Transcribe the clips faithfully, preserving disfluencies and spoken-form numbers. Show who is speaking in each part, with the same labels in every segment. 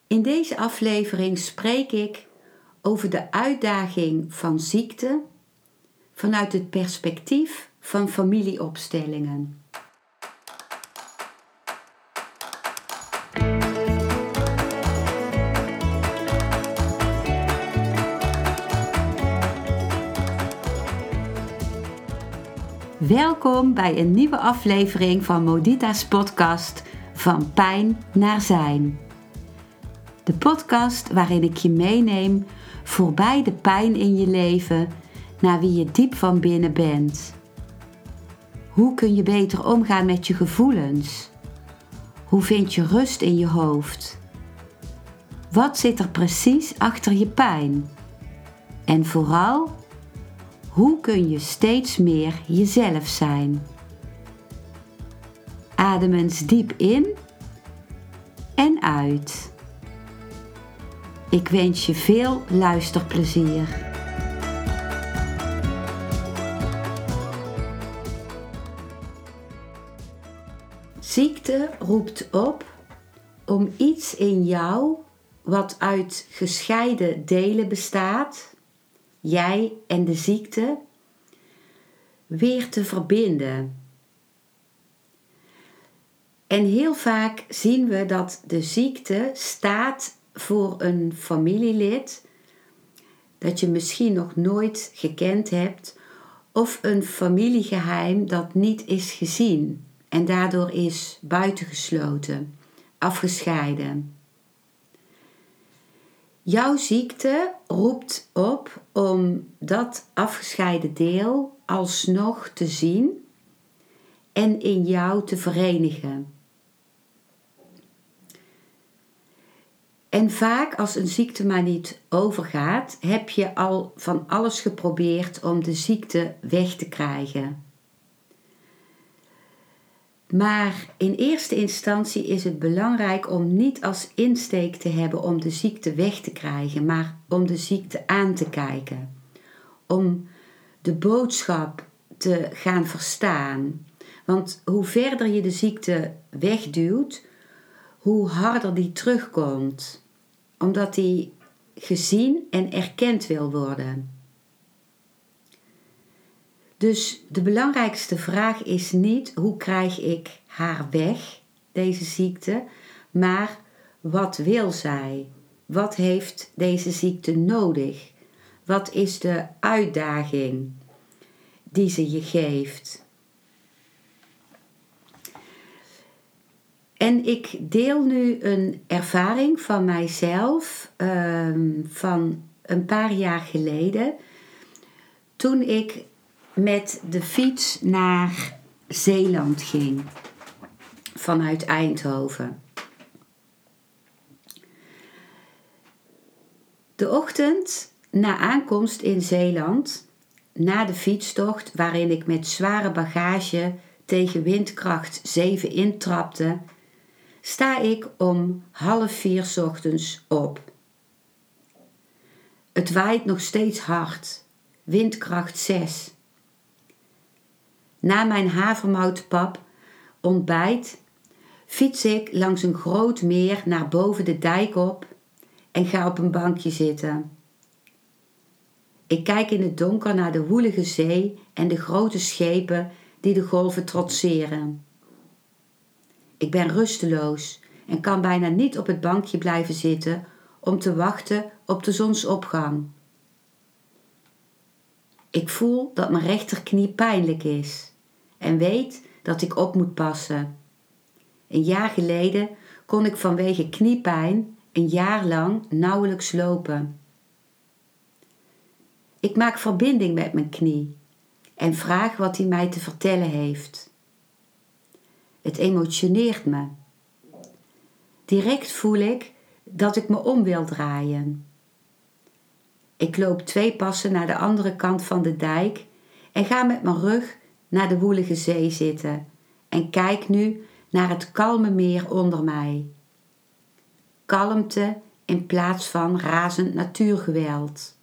Speaker 1: In deze aflevering spreek ik over de uitdaging van ziekte vanuit het perspectief van familieopstellingen. Welkom bij een nieuwe aflevering van Modita's podcast Van Pijn naar Zijn. De podcast waarin ik je meeneem voorbij de pijn in je leven naar wie je diep van binnen bent. Hoe kun je beter omgaan met je gevoelens? Hoe vind je rust in je hoofd? Wat zit er precies achter je pijn? En vooral, hoe kun je steeds meer jezelf zijn? Adem eens diep in en uit. Ik wens je veel luisterplezier. Ziekte roept op om iets in jou wat uit gescheiden delen bestaat, jij en de ziekte, weer te verbinden. En heel vaak zien we dat de ziekte staat voor een familielid dat je misschien nog nooit gekend hebt, of een familiegeheim dat niet is gezien en daardoor is buitengesloten, afgescheiden. Jouw ziekte roept op om dat afgescheiden deel alsnog te zien en in jou te verenigen. En vaak als een ziekte maar niet overgaat, heb je al van alles geprobeerd om de ziekte weg te krijgen. Maar in eerste instantie is het belangrijk om niet als insteek te hebben om de ziekte weg te krijgen, maar om de ziekte aan te kijken. Om de boodschap te gaan verstaan. Want hoe verder je de ziekte wegduwt, hoe harder die terugkomt. Omdat die gezien en erkend wil worden. Dus de belangrijkste vraag is niet hoe krijg ik haar weg, deze ziekte, maar wat wil zij? Wat heeft deze ziekte nodig? Wat is de uitdaging die ze je geeft? En ik deel nu een ervaring van mijzelf um, van een paar jaar geleden, toen ik met de fiets naar Zeeland ging, vanuit Eindhoven. De ochtend na aankomst in Zeeland, na de fietstocht waarin ik met zware bagage tegen windkracht zeven intrapte, sta ik om half vier 's ochtends op. Het waait nog steeds hard, windkracht zes. Na mijn havermoutpap ontbijt fiets ik langs een groot meer naar boven de dijk op en ga op een bankje zitten. Ik kijk in het donker naar de woelige zee en de grote schepen die de golven trotseren. Ik ben rusteloos en kan bijna niet op het bankje blijven zitten om te wachten op de zonsopgang. Ik voel dat mijn rechterknie pijnlijk is en weet dat ik op moet passen. Een jaar geleden kon ik vanwege kniepijn een jaar lang nauwelijks lopen. Ik maak verbinding met mijn knie en vraag wat hij mij te vertellen heeft. Het emotioneert me. Direct voel ik dat ik me om wil draaien. Ik loop twee passen naar de andere kant van de dijk en ga met mijn rug naar de woelige zee zitten en kijk nu naar het kalme meer onder mij. Kalmte in plaats van razend natuurgeweld.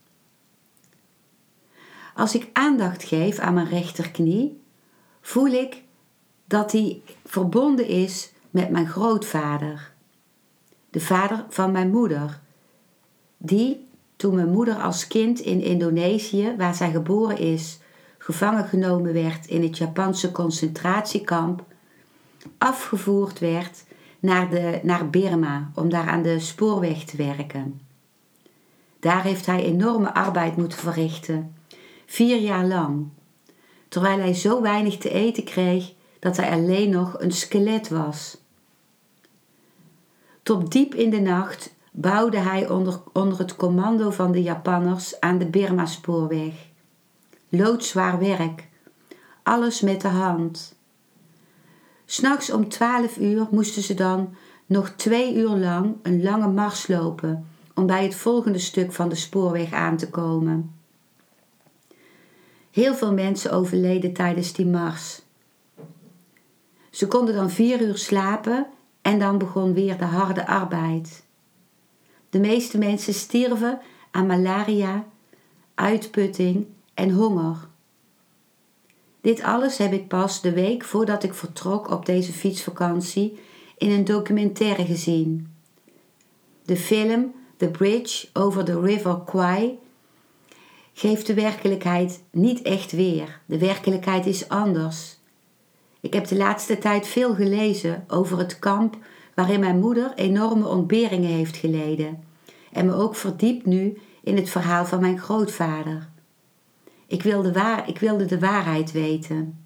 Speaker 1: Als ik aandacht geef aan mijn rechterknie, voel ik dat die verbonden is met mijn grootvader. de vader van mijn moeder, die toen mijn moeder als kind in Indonesië, waar zij geboren is, gevangen genomen werd in het Japanse concentratiekamp, afgevoerd werd naar, de, naar Birma om daar aan de spoorweg te werken. Daar heeft hij enorme arbeid moeten verrichten, vier jaar lang, terwijl hij zo weinig te eten kreeg dat hij alleen nog een skelet was. Tot diep in de nacht bouwde hij onder, onder het commando van de Japanners aan de Birma-spoorweg. Loodzwaar werk, alles met de hand. 'S Nachts om twaalf uur moesten ze dan nog twee uur lang een lange mars lopen om bij het volgende stuk van de spoorweg aan te komen. Heel veel mensen overleden tijdens die mars. Ze konden dan vier uur slapen en dan begon weer de harde arbeid. De meeste mensen stierven aan malaria, uitputting en honger. Dit alles heb ik pas de week voordat ik vertrok op deze fietsvakantie in een documentaire gezien. De film The Bridge over the River Kwai geeft de werkelijkheid niet echt weer. De werkelijkheid is anders. Ik heb de laatste tijd veel gelezen over het kamp waarin mijn moeder enorme ontberingen heeft geleden en me ook verdiept nu in het verhaal van mijn grootvader. Ik wilde, waar, ik wilde de waarheid weten.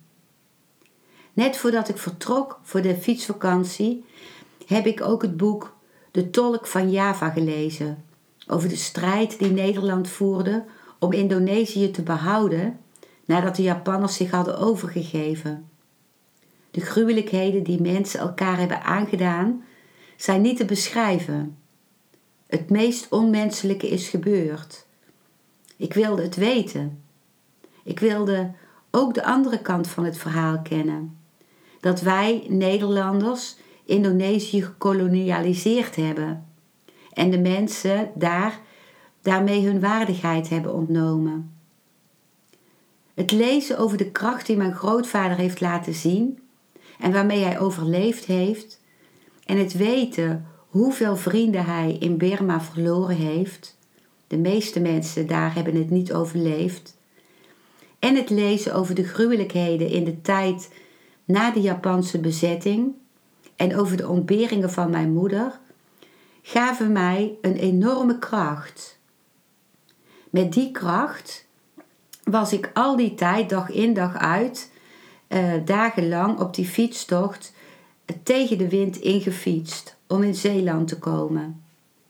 Speaker 1: Net voordat ik vertrok voor de fietsvakantie heb ik ook het boek De Tolk van Java gelezen, over de strijd die Nederland voerde om Indonesië te behouden nadat de Japanners zich hadden overgegeven. De gruwelijkheden die mensen elkaar hebben aangedaan zijn niet te beschrijven. Het meest onmenselijke is gebeurd. Ik wilde het weten. Ik wilde ook de andere kant van het verhaal kennen. Dat wij, Nederlanders, Indonesië gekolonialiseerd hebben. En de mensen daar daarmee hun waardigheid hebben ontnomen. Het lezen over de kracht die mijn grootvader heeft laten zien en waarmee hij overleefd heeft, en het weten hoeveel vrienden hij in Birma verloren heeft, de meeste mensen daar hebben het niet overleefd, en het lezen over de gruwelijkheden in de tijd na de Japanse bezetting en over de ontberingen van mijn moeder, gaven mij een enorme kracht. Met die kracht was ik al die tijd, dag in dag uit, uh, dagenlang op die fietstocht uh, tegen de wind ingefietst om in Zeeland te komen.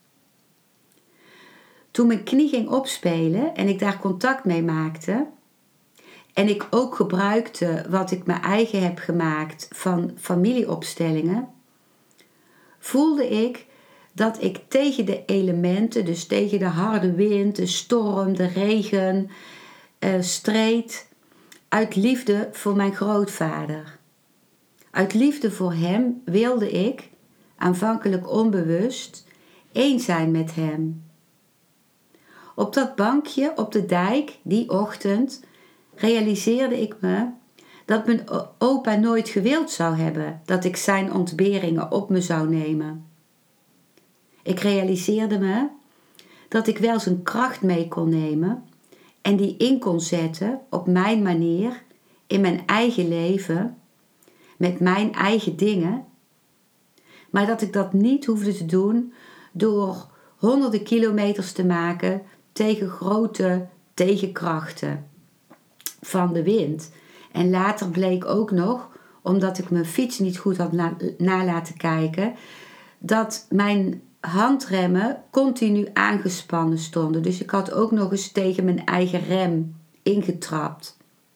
Speaker 1: Toen mijn knie ging opspelen en ik daar contact mee maakte en ik ook gebruikte wat ik mijn eigen heb gemaakt van familieopstellingen, voelde ik dat ik tegen de elementen, dus tegen de harde wind, de storm, de regen, uh, streed uit liefde voor mijn grootvader. Uit liefde voor hem wilde ik, aanvankelijk onbewust, één zijn met hem. Op dat bankje op de dijk, die ochtend, realiseerde ik me dat mijn opa nooit gewild zou hebben dat ik zijn ontberingen op me zou nemen. Ik realiseerde me dat ik wel zijn kracht mee kon nemen en die in kon zetten op mijn manier, in mijn eigen leven, met mijn eigen dingen, maar dat ik dat niet hoefde te doen door honderden kilometers te maken tegen grote tegenkrachten van de wind. En later bleek ook nog, omdat ik mijn fiets niet goed had na, na laten kijken, dat mijn handremmen continu aangespannen stonden. Dus ik had ook nog eens tegen mijn eigen rem ingetrapt.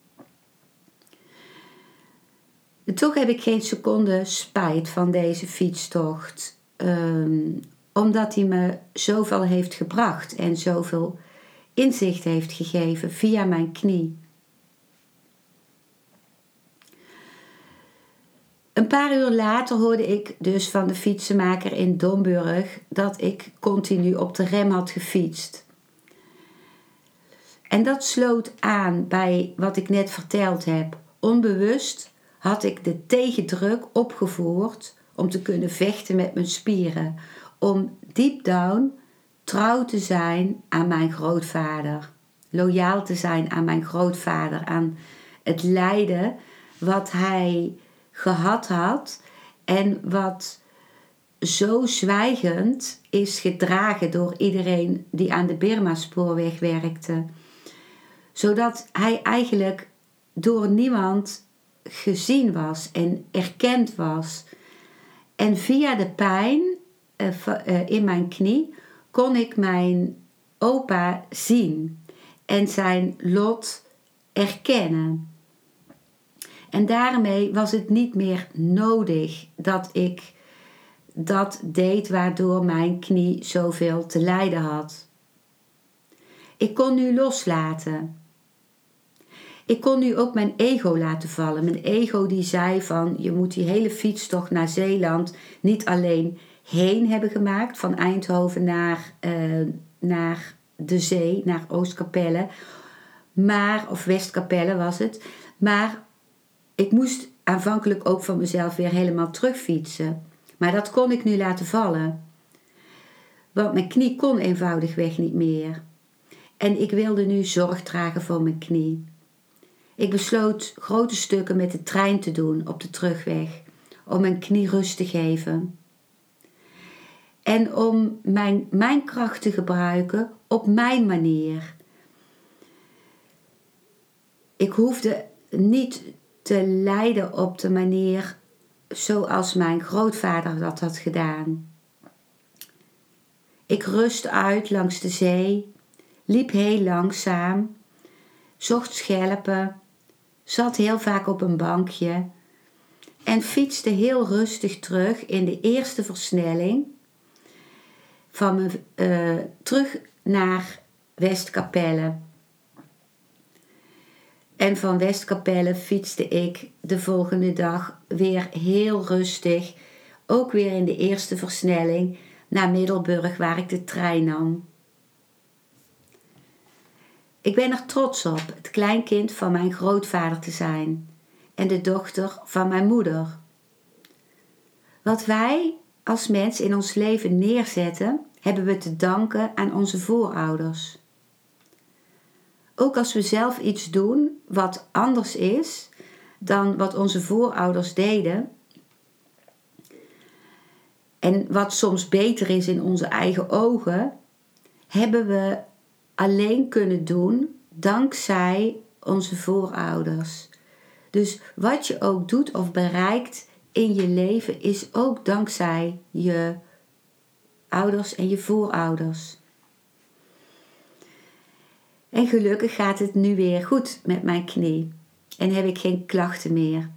Speaker 1: En toch heb ik geen seconde spijt van deze fietstocht. Um, omdat hij me zoveel heeft gebracht en zoveel inzicht heeft gegeven via mijn knie. Een paar uur later hoorde ik dus van de fietsenmaker in Domburg dat ik continu op de rem had gefietst. En dat sloot aan bij wat ik net verteld heb. Onbewust had ik de tegendruk opgevoerd om te kunnen vechten met mijn spieren. om deep down trouw te zijn aan mijn grootvader. Loyaal te zijn aan mijn grootvader, aan het lijden wat hij gehad had en wat zo zwijgend is gedragen door iedereen die aan de Birma-spoorweg werkte. Zodat hij eigenlijk door niemand gezien was en erkend was. En via de pijn uh, uh, in mijn knie kon ik mijn opa zien en zijn lot erkennen. En daarmee was het niet meer nodig dat ik dat deed waardoor mijn knie zoveel te lijden had. Ik kon nu loslaten. Ik kon nu ook mijn ego laten vallen. Mijn ego die zei van, je moet die hele fietstocht naar Zeeland niet alleen heen hebben gemaakt, van Eindhoven naar, uh, naar de zee, naar Oostkapelle, maar, of Westkapelle was het, maar ik moest aanvankelijk ook van mezelf weer helemaal terugfietsen. Maar dat kon ik nu laten vallen. Want mijn knie kon eenvoudigweg niet meer. En ik wilde nu zorg dragen voor mijn knie. Ik besloot grote stukken met de trein te doen op de terugweg. Om mijn knie rust te geven. En om mijn, mijn kracht te gebruiken op mijn manier. Ik hoefde niet te lijden op de manier zoals mijn grootvader dat had gedaan. Ik rustte uit langs de zee, liep heel langzaam, zocht schelpen, zat heel vaak op een bankje en fietste heel rustig terug in de eerste versnelling van me, uh, terug naar Westkapelle. En van Westkapelle fietste ik de volgende dag weer heel rustig, ook weer in de eerste versnelling, naar Middelburg waar ik de trein nam. Ik ben er trots op het kleinkind van mijn grootvader te zijn en de dochter van mijn moeder. Wat wij als mens in ons leven neerzetten, hebben we te danken aan onze voorouders. Ook als we zelf iets doen wat anders is dan wat onze voorouders deden, en wat soms beter is in onze eigen ogen, hebben we alleen kunnen doen dankzij onze voorouders. Dus wat je ook doet of bereikt in je leven is ook dankzij je ouders en je voorouders. En gelukkig gaat het nu weer goed met mijn knie en heb ik geen klachten meer.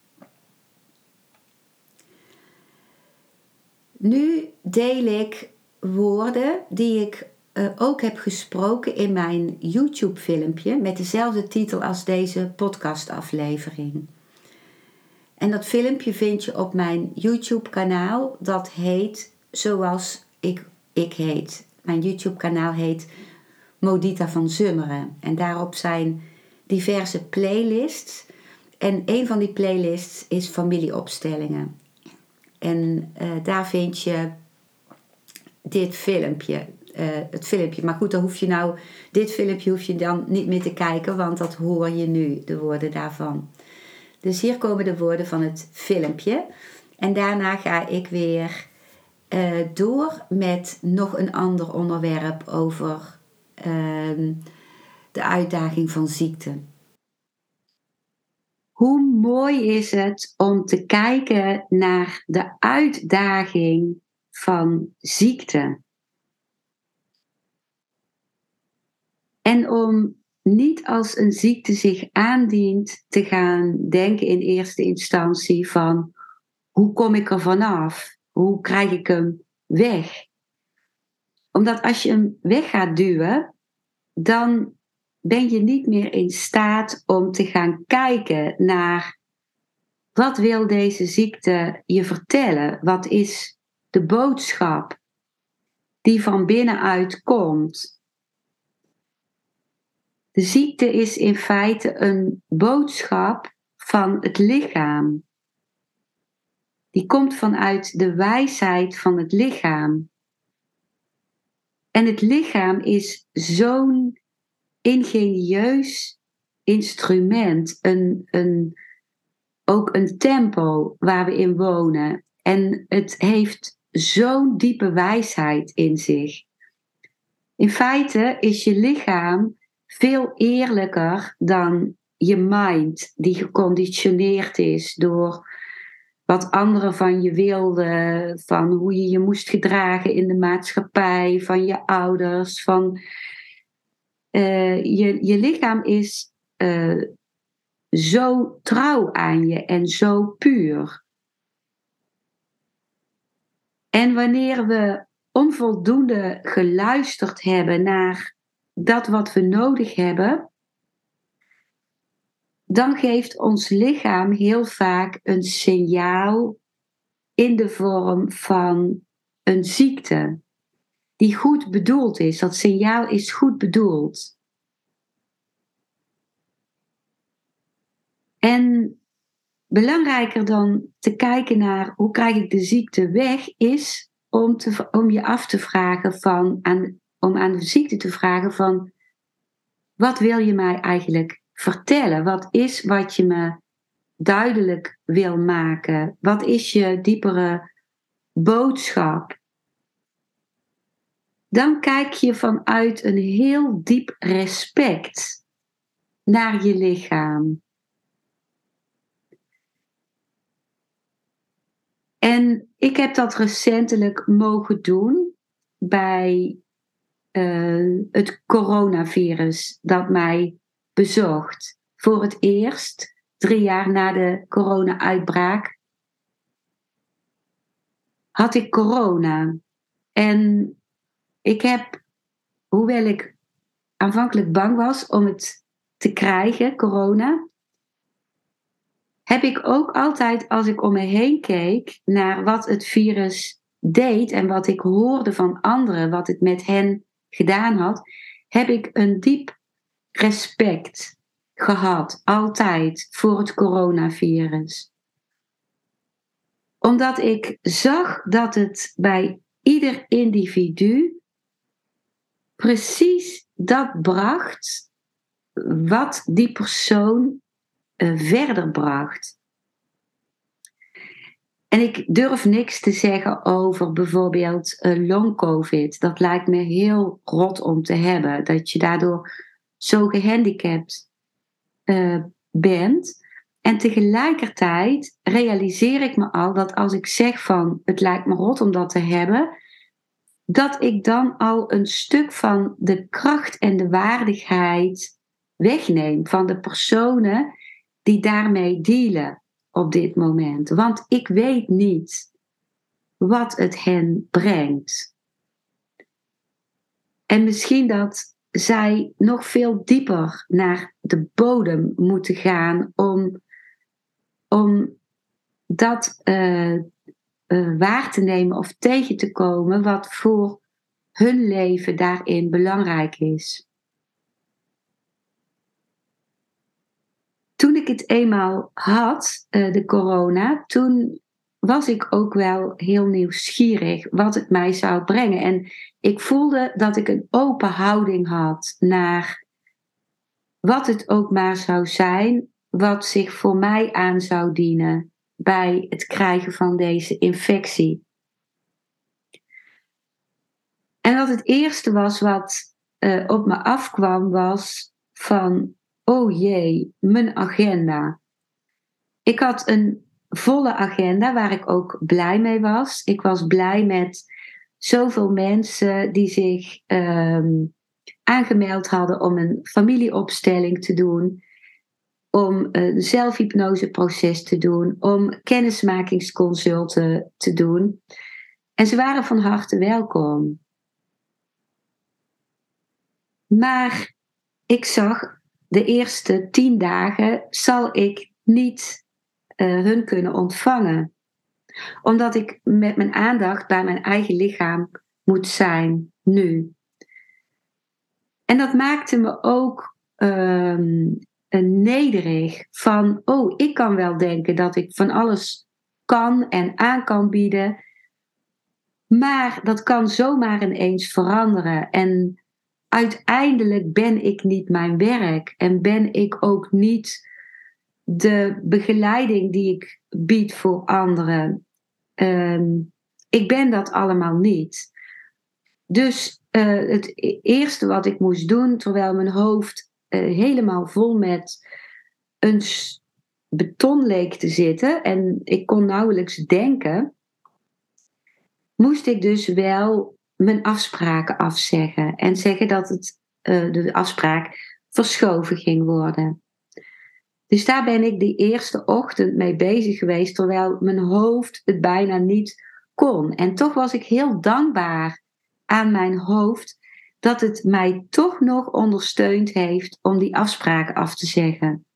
Speaker 1: Nu deel ik woorden die ik uh, ook heb gesproken in mijn YouTube-filmpje met dezelfde titel als deze podcastaflevering. En dat filmpje vind je op mijn YouTube-kanaal. Dat heet zoals ik, ik heet. Mijn YouTube-kanaal heet Modita van Zummeren. En daarop zijn diverse playlists. En een van die playlists is familieopstellingen. En uh, daar vind je dit filmpje. Uh, het filmpje. Maar goed, dan hoef je nou, dit filmpje hoef je dan niet meer te kijken, want dat hoor je nu, de woorden daarvan. Dus hier komen de woorden van het filmpje. En daarna ga ik weer uh, door met nog een ander onderwerp over uh, de uitdaging van ziekte. Hoe mooi is het om te kijken naar de uitdaging van ziekte. En om niet als een ziekte zich aandient te gaan denken in eerste instantie van hoe kom ik er vanaf? Hoe krijg ik hem weg? Omdat als je hem weg gaat duwen, dan ben je niet meer in staat om te gaan kijken naar wat wil deze ziekte je vertellen? Wat is de boodschap die van binnenuit komt? De ziekte is in feite een boodschap van het lichaam. Die komt vanuit de wijsheid van het lichaam. En het lichaam is zo'n ingenieus instrument. Een, een, ook een tempo waar we in wonen. En het heeft zo'n diepe wijsheid in zich. In feite is je lichaam veel eerlijker dan je mind, die geconditioneerd is door wat anderen van je wilden, van hoe je je moest gedragen in de maatschappij, van je ouders, van uh, je, je lichaam is uh, zo trouw aan je en zo puur. En wanneer we onvoldoende geluisterd hebben naar dat wat we nodig hebben, dan geeft ons lichaam heel vaak een signaal in de vorm van een ziekte die goed bedoeld is. Dat signaal is goed bedoeld. En belangrijker dan te kijken naar hoe krijg ik de ziekte weg, is om, te, om je af te vragen van, aan, om aan de ziekte te vragen van, wat wil je mij eigenlijk vertellen? Wat is wat je me duidelijk wil maken? Wat is je diepere boodschap? Dan kijk je vanuit een heel diep respect naar je lichaam. En ik heb dat recentelijk mogen doen bij uh, het coronavirus dat mij bezocht. Voor het eerst, drie jaar na de corona-uitbraak, had ik corona. En ik heb, hoewel ik aanvankelijk bang was om het te krijgen, corona, heb ik ook altijd, als ik om me heen keek naar wat het virus deed en wat ik hoorde van anderen, wat het met hen gedaan had, heb ik een diep respect gehad, altijd, voor het coronavirus. Omdat ik zag dat het bij ieder individu precies dat bracht wat die persoon uh, verder bracht. En ik durf niks te zeggen over bijvoorbeeld uh, long-covid. Dat lijkt me heel rot om te hebben. Dat je daardoor zo gehandicapt uh, bent. En tegelijkertijd realiseer ik me al dat als ik zeg van het lijkt me rot om dat te hebben, dat ik dan al een stuk van de kracht en de waardigheid wegneem van de personen die daarmee dealen op dit moment. Want ik weet niet wat het hen brengt. En misschien dat zij nog veel dieper naar de bodem moeten gaan om, om dat uh, uh, waar te nemen of tegen te komen wat voor hun leven daarin belangrijk is. Toen ik het eenmaal had, uh, de corona, toen was ik ook wel heel nieuwsgierig wat het mij zou brengen. En ik voelde dat ik een open houding had naar wat het ook maar zou zijn, wat zich voor mij aan zou dienen bij het krijgen van deze infectie. En wat het eerste was wat uh, op me afkwam was van, oh jee, mijn agenda. Ik had een volle agenda waar ik ook blij mee was. Ik was blij met zoveel mensen die zich um, aangemeld hadden om een familieopstelling te doen, om een zelfhypnoseproces te doen, om kennismakingsconsulten te doen. En ze waren van harte welkom. Maar ik zag, de eerste tien dagen zal ik niet uh, hun kunnen ontvangen. Omdat ik met mijn aandacht bij mijn eigen lichaam moet zijn, nu. En dat maakte me ook um, nederig van, oh, ik kan wel denken dat ik van alles kan en aan kan bieden. Maar dat kan zomaar ineens veranderen. En uiteindelijk ben ik niet mijn werk. En ben ik ook niet de begeleiding die ik bied voor anderen. Um, ik ben dat allemaal niet. Dus uh, het eerste wat ik moest doen, terwijl mijn hoofd uh, helemaal vol met een beton leek te zitten en ik kon nauwelijks denken, moest ik dus wel mijn afspraken afzeggen en zeggen dat het, uh, de afspraak verschoven ging worden. Dus daar ben ik die eerste ochtend mee bezig geweest, terwijl mijn hoofd het bijna niet kon. En toch was ik heel dankbaar aan mijn hoofd dat het mij toch nog ondersteund heeft om die afspraken af te zeggen.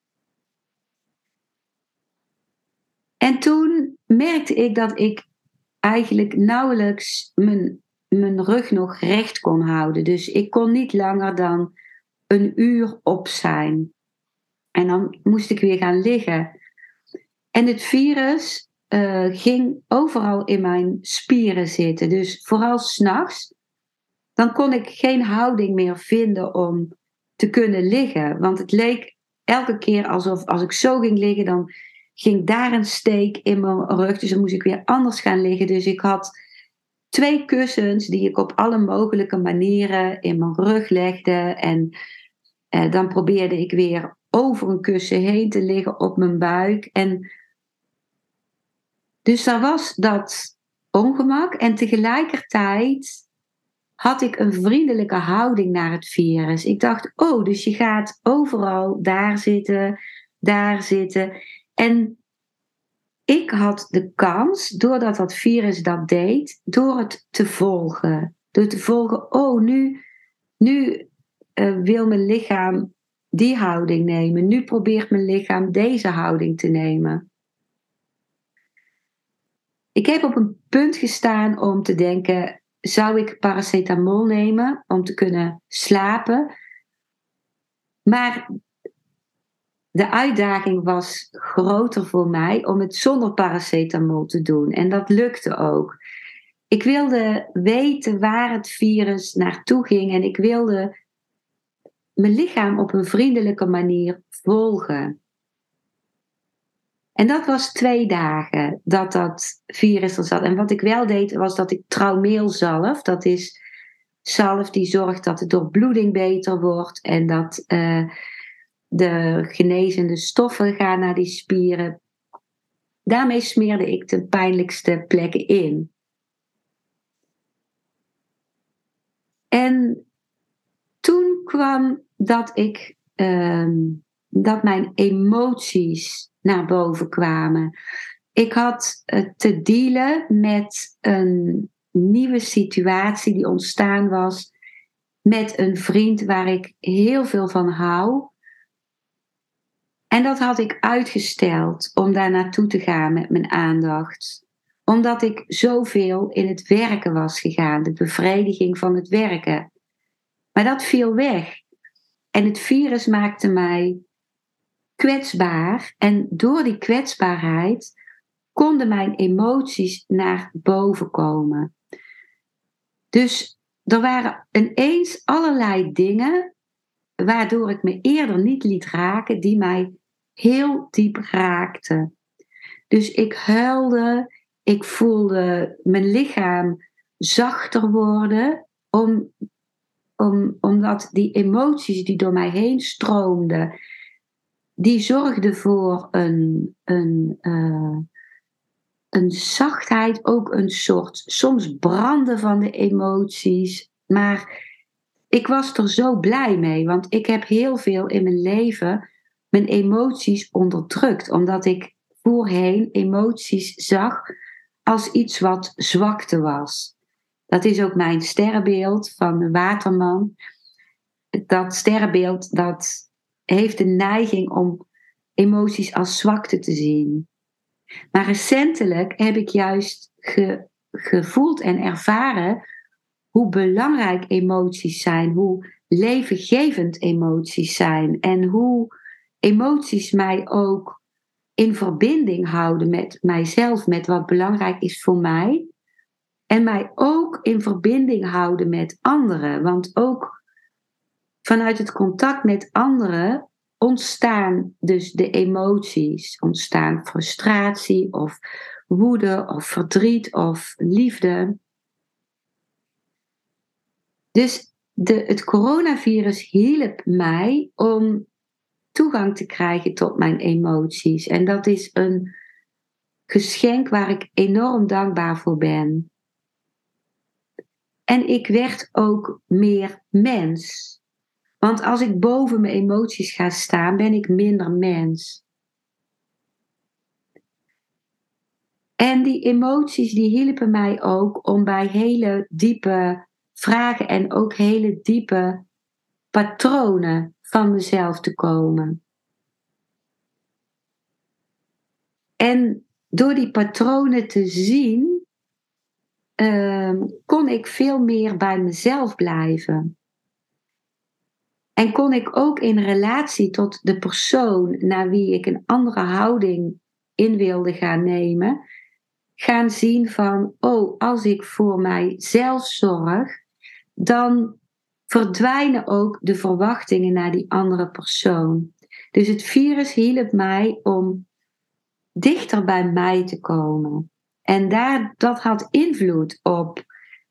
Speaker 1: En toen merkte ik dat ik eigenlijk nauwelijks mijn, mijn rug nog recht kon houden. Dus ik kon niet langer dan een uur op zijn. En dan moest ik weer gaan liggen. En het virus uh, ging overal in mijn spieren zitten. Dus vooral 's nachts. Dan kon ik geen houding meer vinden om te kunnen liggen. Want het leek elke keer alsof als ik zo ging liggen, dan ging daar een steek in mijn rug. Dus dan moest ik weer anders gaan liggen. Dus ik had twee kussens die ik op alle mogelijke manieren in mijn rug legde. En uh, dan probeerde ik weer over een kussen heen te liggen op mijn buik. En dus daar was dat ongemak. En tegelijkertijd had ik een vriendelijke houding naar het virus. Ik dacht, oh, dus je gaat overal daar zitten, daar zitten. En ik had de kans, doordat dat virus dat deed, door het te volgen. Door te volgen, oh, nu, nu uh, wil mijn lichaam die houding nemen. Nu probeert mijn lichaam deze houding te nemen. Ik heb op een punt gestaan om te denken, zou ik paracetamol nemen om te kunnen slapen? Maar de uitdaging was groter voor mij om het zonder paracetamol te doen. En dat lukte ook. Ik wilde weten waar het virus naartoe ging en ik wilde mijn lichaam op een vriendelijke manier volgen. En dat was twee dagen dat dat virus er zat. En wat ik wel deed, was dat ik traumeelzalf, dat is zalf die zorgt dat de doorbloeding beter wordt en dat uh, de genezende stoffen gaan naar die spieren. Daarmee smeerde ik de pijnlijkste plekken in. En toen kwam dat ik, uh, dat mijn emoties naar boven kwamen. Ik had uh, te dealen met een nieuwe situatie die ontstaan was met een vriend waar ik heel veel van hou. En dat had ik uitgesteld om daar naartoe te gaan met mijn aandacht. Omdat ik zoveel in het werken was gegaan, de bevrediging van het werken. Maar dat viel weg. En het virus maakte mij kwetsbaar. En door die kwetsbaarheid konden mijn emoties naar boven komen. Dus er waren ineens allerlei dingen waardoor ik me eerder niet liet raken, die mij heel diep raakten. Dus ik huilde, ik voelde mijn lichaam zachter worden, om, om, omdat die emoties die door mij heen stroomden, die zorgden voor een, een, uh, een zachtheid, ook een soort soms branden van de emoties. Maar ik was er zo blij mee, want ik heb heel veel in mijn leven mijn emoties onderdrukt, omdat ik voorheen emoties zag als iets wat zwakte was. Dat is ook mijn sterrenbeeld van de waterman. Dat sterrenbeeld dat heeft de neiging om emoties als zwakte te zien. Maar recentelijk heb ik juist ge, gevoeld en ervaren hoe belangrijk emoties zijn, hoe levengevend emoties zijn en hoe emoties mij ook in verbinding houden met mijzelf, met wat belangrijk is voor mij. En mij ook in verbinding houden met anderen. Want ook vanuit het contact met anderen ontstaan dus de emoties. Ontstaan frustratie of woede of verdriet of liefde. Dus de, het coronavirus hielp mij om toegang te krijgen tot mijn emoties. En dat is een geschenk waar ik enorm dankbaar voor ben. En ik werd ook meer mens. Want als ik boven mijn emoties ga staan, ben ik minder mens. En die emoties die hielpen mij ook om bij hele diepe vragen en ook hele diepe patronen van mezelf te komen. En door die patronen te zien, uh, kon ik veel meer bij mezelf blijven. En kon ik ook in relatie tot de persoon naar wie ik een andere houding in wilde gaan nemen, gaan zien van, oh, als ik voor mijzelf zorg, dan verdwijnen ook de verwachtingen naar die andere persoon. Dus het virus hielp mij om dichter bij mij te komen. En daar, dat had invloed op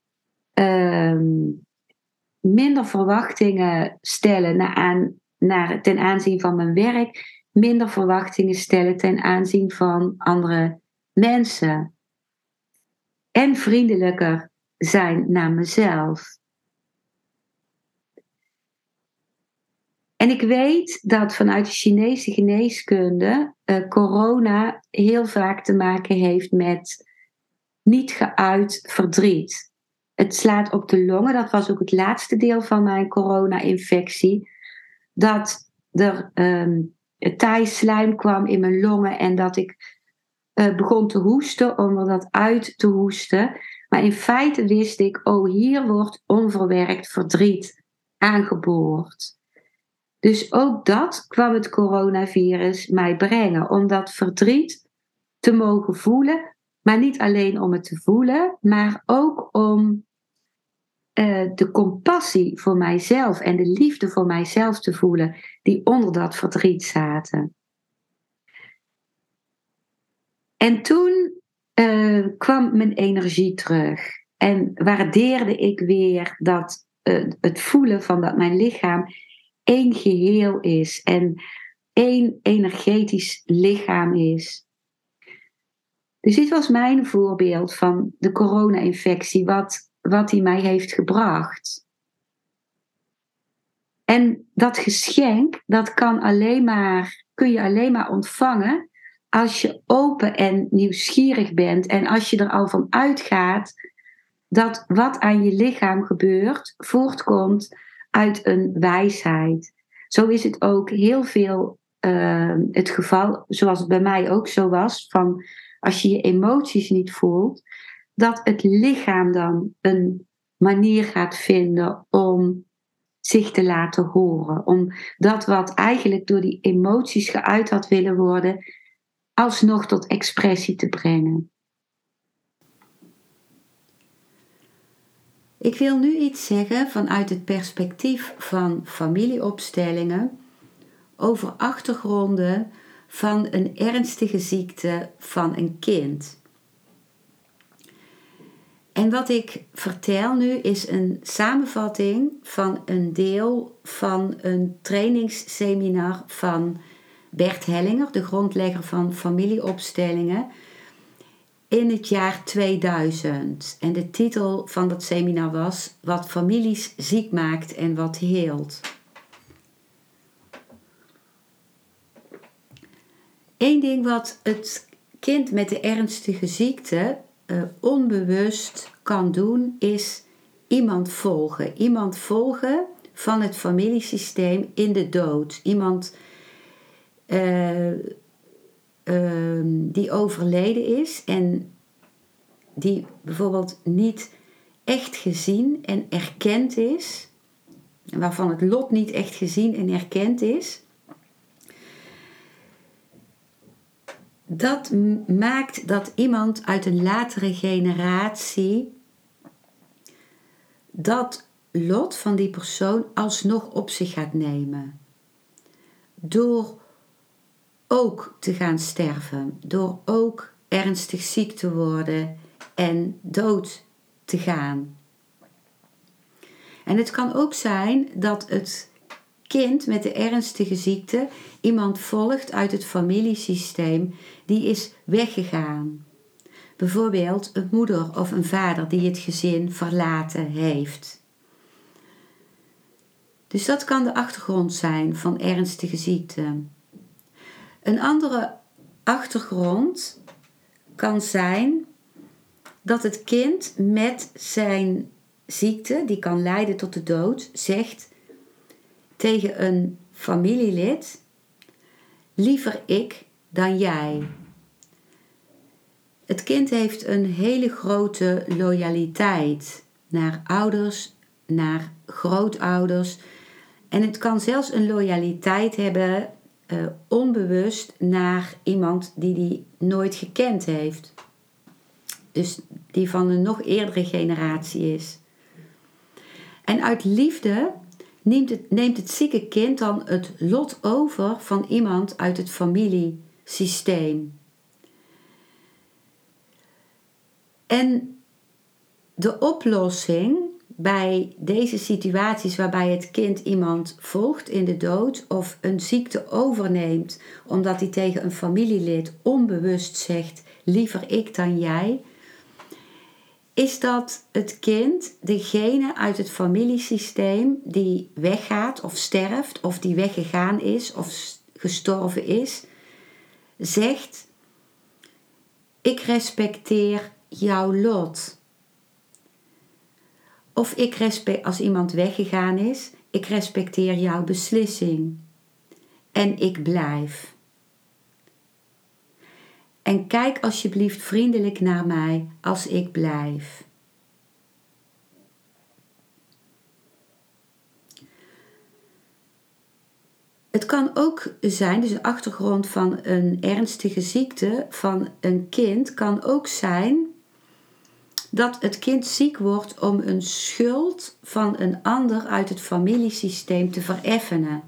Speaker 1: um, minder verwachtingen stellen naar aan, naar, ten aanzien van mijn werk, minder verwachtingen stellen ten aanzien van andere mensen. En vriendelijker zijn naar mezelf. En ik weet dat vanuit de Chinese geneeskunde uh, corona heel vaak te maken heeft met niet geuit verdriet. Het slaat op de longen, dat was ook het laatste deel van mijn corona-infectie. Dat er um, taai slijm kwam in mijn longen en dat ik uh, begon te hoesten om er dat uit te hoesten. Maar in feite wist ik, oh, hier wordt onverwerkt verdriet aangeboord. Dus ook dat kwam het coronavirus mij brengen. Om dat verdriet te mogen voelen. Maar niet alleen om het te voelen. Maar ook om uh, de compassie voor mijzelf. En de liefde voor mijzelf te voelen. Die onder dat verdriet zaten. En toen uh, kwam mijn energie terug. En waardeerde ik weer dat uh, het voelen van dat mijn lichaam één geheel is en één energetisch lichaam is. Dus dit was mijn voorbeeld van de corona-infectie, wat, wat die mij heeft gebracht. En dat geschenk, dat kan alleen maar, kun je alleen maar ontvangen als je open en nieuwsgierig bent en als je er al van uitgaat dat wat aan je lichaam gebeurt, voortkomt uit een wijsheid. Zo is het ook heel veel uh, het geval, zoals het bij mij ook zo was, van als je je emoties niet voelt, dat het lichaam dan een manier gaat vinden om zich te laten horen. Om dat wat eigenlijk door die emoties geuit had willen worden, alsnog tot expressie te brengen. Ik wil nu iets zeggen vanuit het perspectief van familieopstellingen over achtergronden van een ernstige ziekte van een kind. En wat ik vertel nu is een samenvatting van een deel van een trainingsseminar van Bert Hellinger, de grondlegger van familieopstellingen, in het jaar tweeduizend. En de titel van dat seminar was Wat families ziek maakt en wat heelt. Eén ding wat het kind met de ernstige ziekte uh, onbewust kan doen, is iemand volgen. Iemand volgen van het familiesysteem in de dood. Iemand uh, uh, die overleden is en die bijvoorbeeld niet echt gezien en erkend is, waarvan het lot niet echt gezien en erkend is. Dat maakt dat iemand uit een latere generatie dat lot van die persoon alsnog op zich gaat nemen. Door ook te gaan sterven, door ook ernstig ziek te worden en dood te gaan. En het kan ook zijn dat het kind met de ernstige ziekte iemand volgt uit het familiesysteem die is weggegaan. Bijvoorbeeld een moeder of een vader die het gezin verlaten heeft. Dus dat kan de achtergrond zijn van ernstige ziekte. Een andere achtergrond kan zijn dat het kind met zijn ziekte, die kan leiden tot de dood, zegt tegen een familielid: liever ik dan jij. Het kind heeft een hele grote loyaliteit naar ouders, naar grootouders. En het kan zelfs een loyaliteit hebben, uh, onbewust, naar iemand die die nooit gekend heeft. Dus die van een nog eerdere generatie is. En uit liefde neemt het, neemt het zieke kind dan het lot over van iemand uit het familiesysteem. En de oplossing bij deze situaties waarbij het kind iemand volgt in de dood of een ziekte overneemt omdat hij tegen een familielid onbewust zegt: liever ik dan jij, is dat het kind degene uit het familiesysteem die weggaat of sterft of die weggegaan is of gestorven is, zegt: ik respecteer jouw lot. Of ik respect, als iemand weggegaan is, ik respecteer jouw beslissing. En ik blijf. En kijk alsjeblieft vriendelijk naar mij als ik blijf. Het kan ook zijn, dus de achtergrond van een ernstige ziekte van een kind kan ook zijn dat het kind ziek wordt om een schuld van een ander uit het familiesysteem te vereffenen.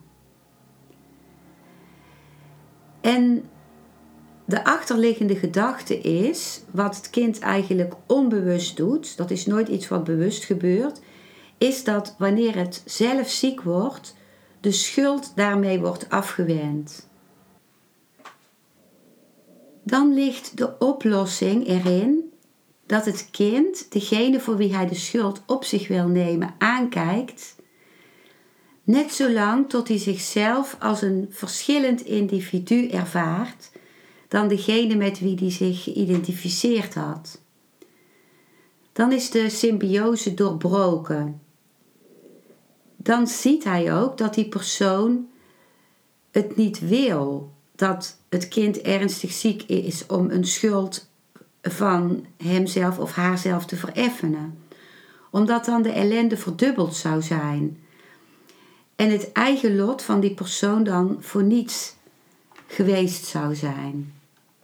Speaker 1: En de achterliggende gedachte is, wat het kind eigenlijk onbewust doet, dat is nooit iets wat bewust gebeurt, is dat wanneer het zelf ziek wordt, de schuld daarmee wordt afgewend. Dan ligt de oplossing erin dat het kind, degene voor wie hij de schuld op zich wil nemen, aankijkt, net zolang tot hij zichzelf als een verschillend individu ervaart dan degene met wie hij zich geïdentificeerd had. Dan is de symbiose doorbroken. Dan ziet hij ook dat die persoon het niet wil, dat het kind ernstig ziek is om een schuld van hemzelf of haarzelf te vereffenen. Omdat dan de ellende verdubbeld zou zijn. En het eigen lot van die persoon dan voor niets geweest zou zijn.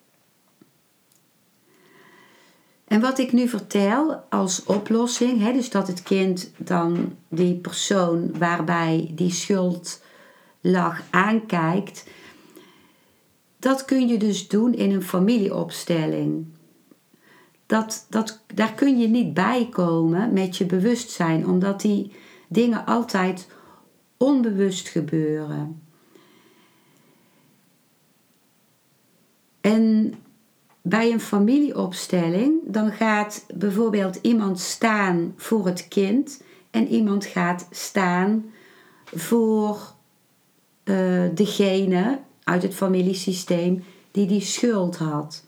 Speaker 1: En wat ik nu vertel als oplossing, hè, dus dat het kind dan die persoon waarbij die schuld lag aankijkt, dat kun je dus doen in een familieopstelling. Dat, dat, daar kun je niet bij komen met je bewustzijn, omdat die dingen altijd onbewust gebeuren. En bij een familieopstelling, dan gaat bijvoorbeeld iemand staan voor het kind en iemand gaat staan voor uh, degene uit het familiesysteem die die schuld had.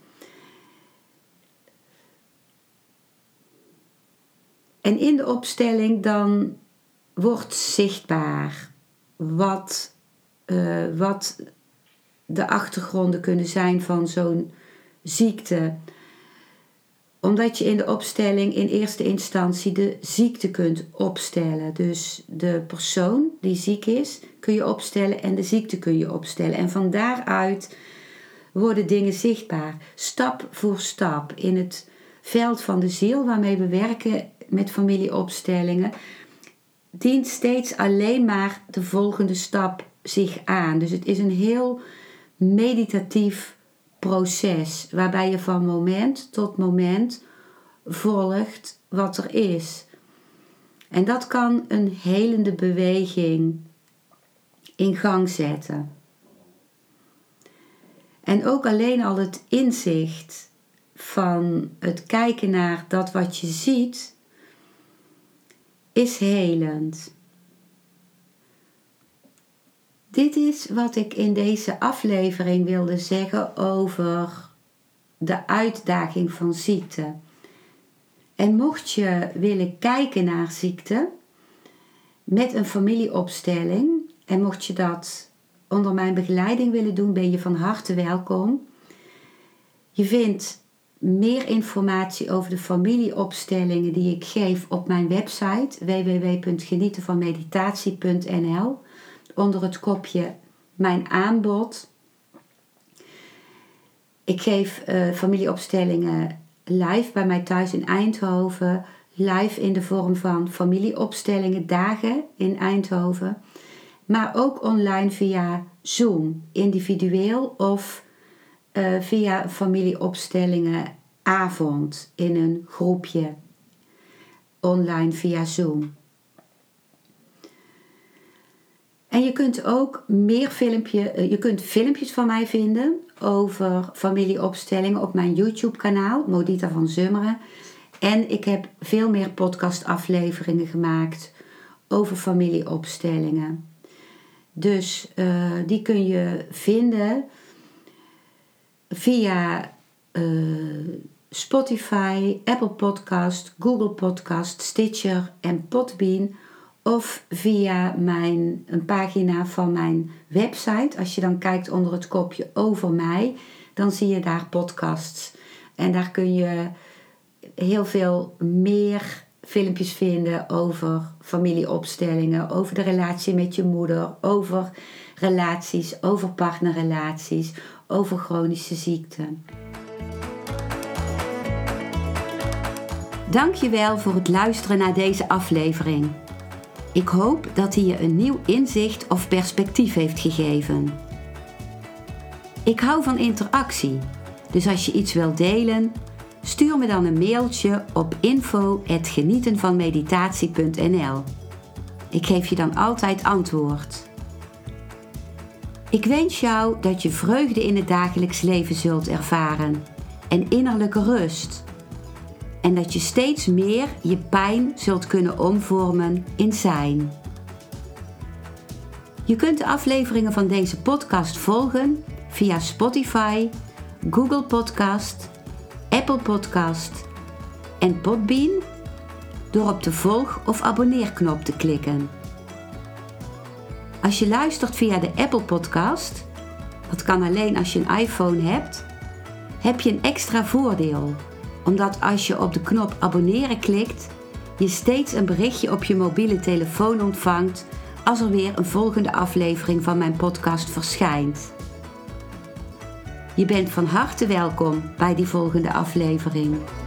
Speaker 1: En in de opstelling dan wordt zichtbaar wat, uh, wat de achtergronden kunnen zijn van zo'n ziekte. Omdat je in de opstelling in eerste instantie de ziekte kunt opstellen. Dus de persoon die ziek is kun je opstellen en de ziekte kun je opstellen. En van daaruit worden dingen zichtbaar. Stap voor stap in het veld van de ziel waarmee we werken met familieopstellingen. dient steeds alleen maar de volgende stap zich aan. Dus het is een heel meditatief proces waarbij je van moment tot moment volgt wat er is. En dat kan een helende beweging in gang zetten. En ook alleen al het inzicht van het kijken naar dat wat je ziet, is helend. Dit is wat ik in deze aflevering wilde zeggen over de uitdaging van ziekte. En mocht je willen kijken naar ziekte met een familieopstelling, en mocht je dat onder mijn begeleiding willen doen, ben je van harte welkom. Je vindt meer informatie over de familieopstellingen die ik geef op mijn website w w w punt genieten van meditatie punt n l onder het kopje mijn aanbod. Ik geef uh, familieopstellingen live bij mij thuis in Eindhoven, live in de vorm van familieopstellingen dagen in Eindhoven, maar ook online via Zoom, individueel of uh, via familieopstellingen avond in een groepje, online via Zoom. En je kunt ook meer filmpje, je kunt filmpjes van mij vinden over familieopstellingen op mijn YouTube kanaal, Modita van Zummeren. En ik heb veel meer podcastafleveringen gemaakt over familieopstellingen. Dus uh, die kun je vinden via uh, Spotify, Apple Podcast, Google Podcast, Stitcher en Podbean. Of via mijn, een pagina van mijn website. Als je dan kijkt onder het kopje over mij, dan zie je daar podcasts. En daar kun je heel veel meer filmpjes vinden over familieopstellingen, over de relatie met je moeder, over relaties, over partnerrelaties, over chronische ziekten. Dankjewel voor het luisteren naar deze aflevering. Ik hoop dat hij je een nieuw inzicht of perspectief heeft gegeven. Ik hou van interactie, dus als je iets wilt delen, stuur me dan een mailtje op info at genieten van meditatie punt n l. Ik geef je dan altijd antwoord. Ik wens jou dat je vreugde in het dagelijks leven zult ervaren en innerlijke rust. En dat je steeds meer je pijn zult kunnen omvormen in zijn. Je kunt de afleveringen van deze podcast volgen via Spotify, Google Podcast, Apple Podcast en Podbean door op de volg- of abonneerknop te klikken. Als je luistert via de Apple Podcast, dat kan alleen als je een iPhone hebt, heb je een extra voordeel. Omdat als je op de knop abonneren klikt, je steeds een berichtje op je mobiele telefoon ontvangt als er weer een volgende aflevering van mijn podcast verschijnt. Je bent van harte welkom bij die volgende aflevering.